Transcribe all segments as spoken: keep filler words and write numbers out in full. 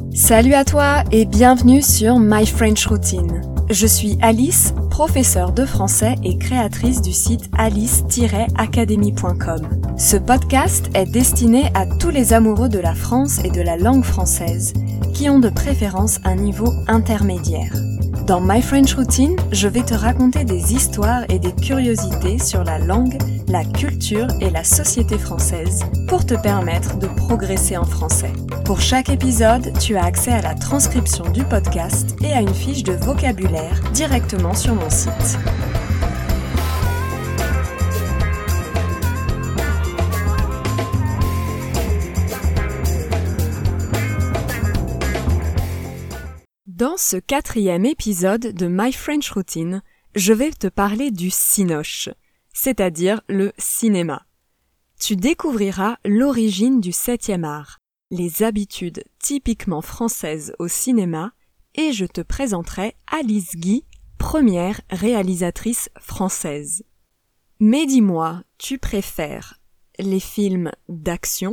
Salut à toi et bienvenue sur My French Routine. Je suis Alice, professeure de français et créatrice du site alice tiret academy point com. Ce podcast est destiné à tous les amoureux de la France et de la langue française qui ont de préférence un niveau intermédiaire. Dans My French Routine, je vais te raconter des histoires et des curiosités sur la langue, la culture et la société française pour te permettre de progresser en français. Pour chaque épisode, tu as accès à la transcription du podcast et à une fiche de vocabulaire directement sur mon site. Dans ce quatrième épisode de My French Routine, je vais te parler du cinoche, c'est-à-dire le cinéma. Tu découvriras l'origine du septième art, les habitudes typiquement françaises au cinéma, et je te présenterai Alice Guy, première réalisatrice française. Mais dis-moi, tu préfères les films d'action,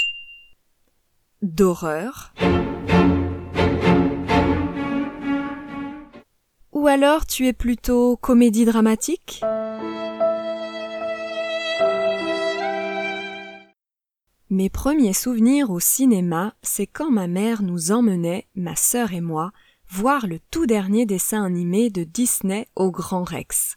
d'horreur, ou alors tu es plutôt comédie dramatique ? Mes premiers souvenirs au cinéma, c'est quand ma mère nous emmenait, ma sœur et moi, voir le tout dernier dessin animé de Disney au Grand Rex.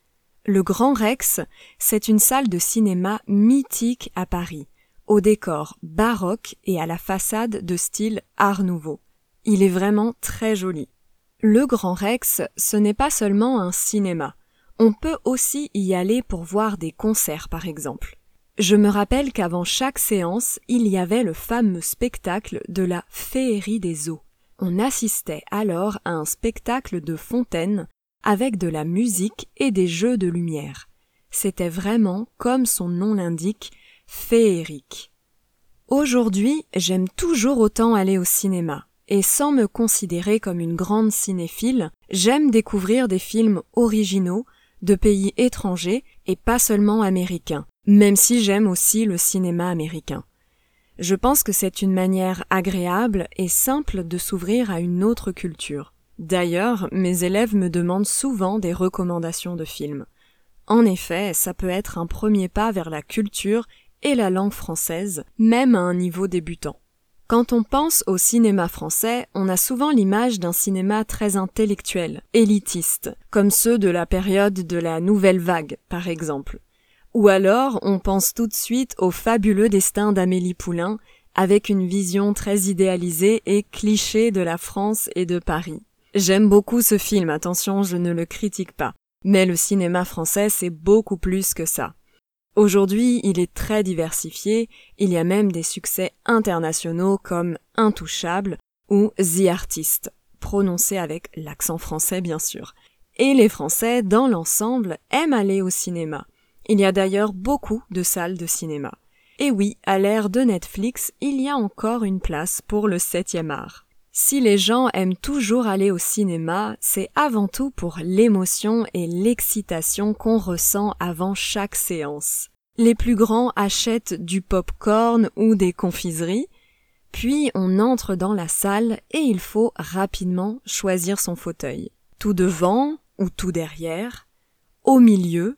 Le Grand Rex, c'est une salle de cinéma mythique à Paris, au décor baroque et à la façade de style Art Nouveau. Il est vraiment très joli. Le Grand Rex, ce n'est pas seulement un cinéma. On peut aussi y aller pour voir des concerts, par exemple. Je me rappelle qu'avant chaque séance, il y avait le fameux spectacle de la féerie des eaux. On assistait alors à un spectacle de fontaine avec de la musique et des jeux de lumière. C'était vraiment, comme son nom l'indique, féerique. Aujourd'hui, j'aime toujours autant aller au cinéma. Et sans me considérer comme une grande cinéphile, j'aime découvrir des films originaux, de pays étrangers et pas seulement américains, même si j'aime aussi le cinéma américain. Je pense que c'est une manière agréable et simple de s'ouvrir à une autre culture. D'ailleurs, mes élèves me demandent souvent des recommandations de films. En effet, ça peut être un premier pas vers la culture et la langue française, même à un niveau débutant. Quand on pense au cinéma français, on a souvent l'image d'un cinéma très intellectuel, élitiste, comme ceux de la période de la Nouvelle Vague, par exemple. Ou alors, on pense tout de suite au fabuleux destin d'Amélie Poulain, avec une vision très idéalisée et cliché de la France et de Paris. J'aime beaucoup ce film, attention, je ne le critique pas. Mais le cinéma français, c'est beaucoup plus que ça. Aujourd'hui, il est très diversifié, il y a même des succès internationaux comme Intouchable ou The Artist, prononcé avec l'accent français bien sûr. Et les Français, dans l'ensemble, aiment aller au cinéma. Il y a d'ailleurs beaucoup de salles de cinéma. Et oui, à l'ère de Netflix, il y a encore une place pour le septième art. Si les gens aiment toujours aller au cinéma, c'est avant tout pour l'émotion et l'excitation qu'on ressent avant chaque séance. Les plus grands achètent du pop-corn ou des confiseries, puis on entre dans la salle et il faut rapidement choisir son fauteuil. Tout devant ou tout derrière, au milieu,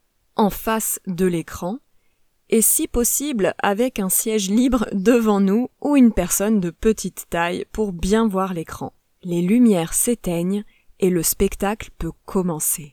en face de l'écran, et si possible avec un siège libre devant nous ou une personne de petite taille pour bien voir l'écran. Les lumières s'éteignent et le spectacle peut commencer.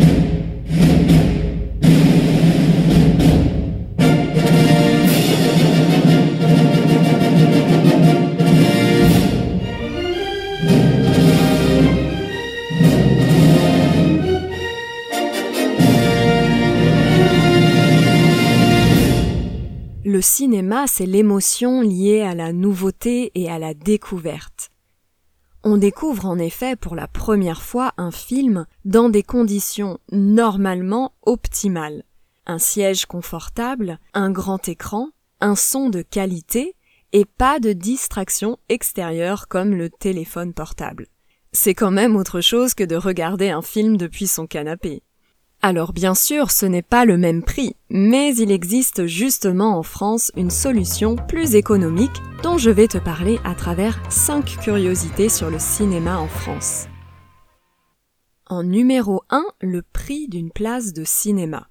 Le cinéma, c'est l'émotion liée à la nouveauté et à la découverte. On découvre en effet pour la première fois un film dans des conditions normalement optimales. Un siège confortable, un grand écran, un son de qualité et pas de distraction extérieure comme le téléphone portable. C'est quand même autre chose que de regarder un film depuis son canapé. Alors bien sûr, ce n'est pas le même prix, mais il existe justement en France une solution plus économique dont je vais te parler à travers cinq curiosités sur le cinéma en France. En numéro un, le prix d'une place de cinéma.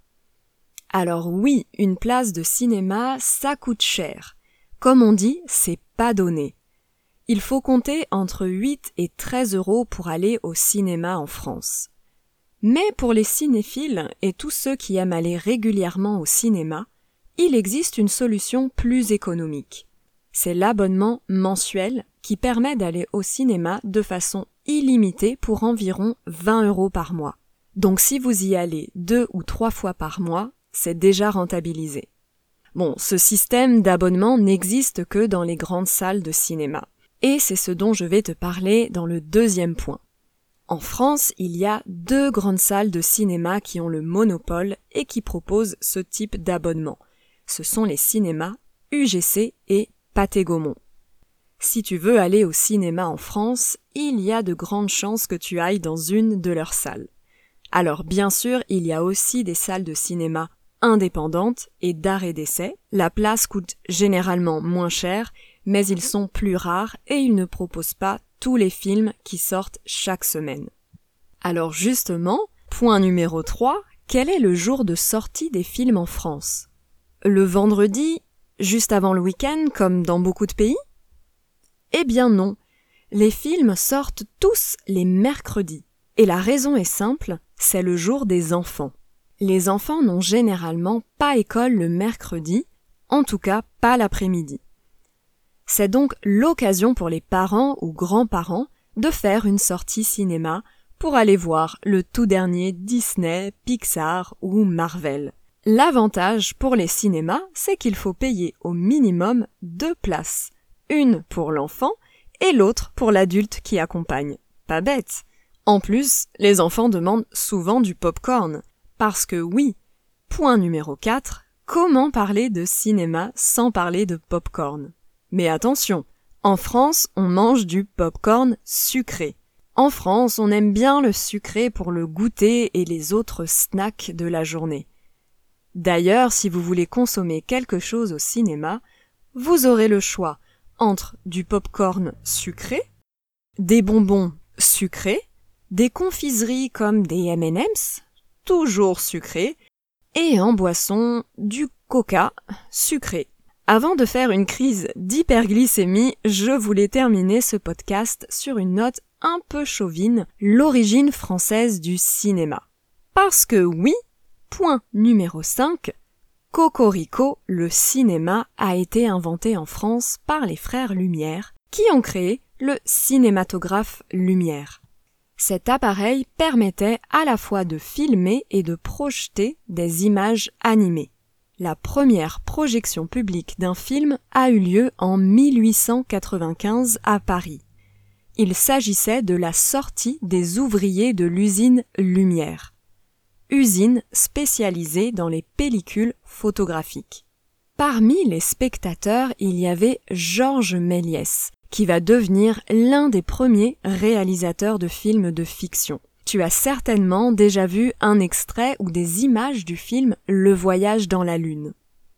Alors oui, une place de cinéma, ça coûte cher. Comme on dit, c'est pas donné. Il faut compter entre huit et treize euros pour aller au cinéma en France. Mais pour les cinéphiles et tous ceux qui aiment aller régulièrement au cinéma, il existe une solution plus économique. C'est l'abonnement mensuel qui permet d'aller au cinéma de façon illimitée pour environ vingt euros par mois. Donc si vous y allez deux ou trois fois par mois, c'est déjà rentabilisé. Bon, ce système d'abonnement n'existe que dans les grandes salles de cinéma. Et c'est ce dont je vais te parler dans le deuxième point. En France, il y a deux grandes salles de cinéma qui ont le monopole et qui proposent ce type d'abonnement. Ce sont les cinémas U G C et Pathé Gaumont. Si tu veux aller au cinéma en France, il y a de grandes chances que tu ailles dans une de leurs salles. Alors bien sûr, il y a aussi des salles de cinéma indépendantes et d'art et d'essai. La place coûte généralement moins cher, mais ils sont plus rares et ils ne proposent pas tous les films qui sortent chaque semaine. Alors justement, point numéro trois, quel est le jour de sortie des films en France? Le vendredi, juste avant le week-end, comme dans beaucoup de pays? Eh bien non, les films sortent tous les mercredis. Et la raison est simple, c'est le jour des enfants. Les enfants n'ont généralement pas école le mercredi, en tout cas pas l'après-midi. C'est donc l'occasion pour les parents ou grands-parents de faire une sortie cinéma pour aller voir le tout dernier Disney, Pixar ou Marvel. L'avantage pour les cinémas, c'est qu'il faut payer au minimum deux places, une pour l'enfant et l'autre pour l'adulte qui accompagne. Pas bête. En plus, les enfants demandent souvent du pop-corn. Parce que oui, point numéro quatre, comment parler de cinéma sans parler de pop-corn? Mais attention, en France, on mange du pop-corn sucré. En France, on aime bien le sucré pour le goûter et les autres snacks de la journée. D'ailleurs, si vous voulez consommer quelque chose au cinéma, vous aurez le choix entre du pop-corn sucré, des bonbons sucrés, des confiseries comme des M and M's, toujours sucrés, et en boisson, du coca sucré. Avant de faire une crise d'hyperglycémie, je voulais terminer ce podcast sur une note un peu chauvine, l'origine française du cinéma. Parce que oui, point numéro cinq, Cocorico, le cinéma a été inventé en France par les frères Lumière, qui ont créé le cinématographe Lumière. Cet appareil permettait à la fois de filmer et de projeter des images animées. La première projection publique d'un film a eu lieu en mille huit cent quatre-vingt-quinze à Paris. Il s'agissait de la sortie des ouvriers de l'usine Lumière, usine spécialisée dans les pellicules photographiques. Parmi les spectateurs, il y avait Georges Méliès, qui va devenir l'un des premiers réalisateurs de films de fiction. Tu as certainement déjà vu un extrait ou des images du film Le Voyage dans la Lune.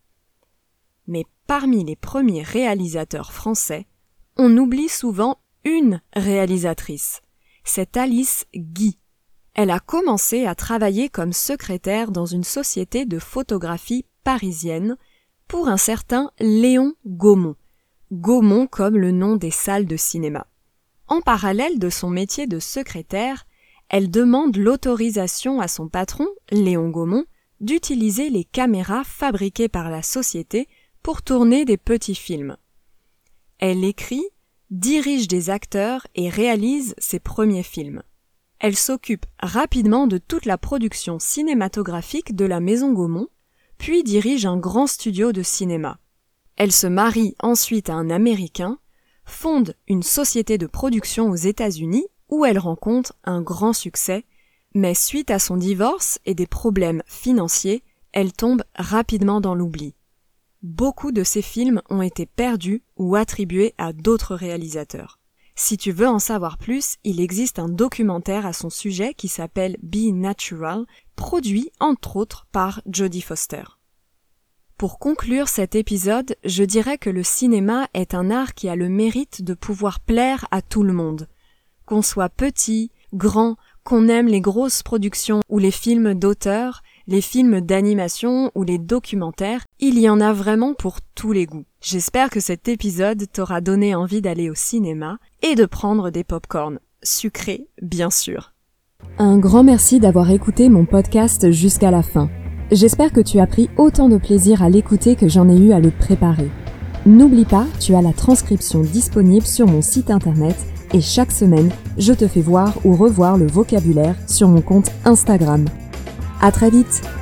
Mais parmi les premiers réalisateurs français, on oublie souvent une réalisatrice. C'est Alice Guy. Elle a commencé à travailler comme secrétaire dans une société de photographie parisienne pour un certain Léon Gaumont. Gaumont comme le nom des salles de cinéma. En parallèle de son métier de secrétaire, elle demande l'autorisation à son patron, Léon Gaumont, d'utiliser les caméras fabriquées par la société pour tourner des petits films. Elle écrit, dirige des acteurs et réalise ses premiers films. Elle s'occupe rapidement de toute la production cinématographique de la maison Gaumont, puis dirige un grand studio de cinéma. Elle se marie ensuite à un Américain, fonde une société de production aux États-Unis où elle rencontre un grand succès, mais suite à son divorce et des problèmes financiers, elle tombe rapidement dans l'oubli. Beaucoup de ses films ont été perdus ou attribués à d'autres réalisateurs. Si tu veux en savoir plus, il existe un documentaire à son sujet qui s'appelle Be Natural, produit entre autres par Jodie Foster. Pour conclure cet épisode, je dirais que le cinéma est un art qui a le mérite de pouvoir plaire à tout le monde. Qu'on soit petit, grand, qu'on aime les grosses productions ou les films d'auteur, les films d'animation ou les documentaires, il y en a vraiment pour tous les goûts. J'espère que cet épisode t'aura donné envie d'aller au cinéma et de prendre des pop-corns. Sucrés, bien sûr. Un grand merci d'avoir écouté mon podcast jusqu'à la fin. J'espère que tu as pris autant de plaisir à l'écouter que j'en ai eu à le préparer. N'oublie pas, tu as la transcription disponible sur mon site internet et chaque semaine, je te fais voir ou revoir le vocabulaire sur mon compte Instagram. À très vite!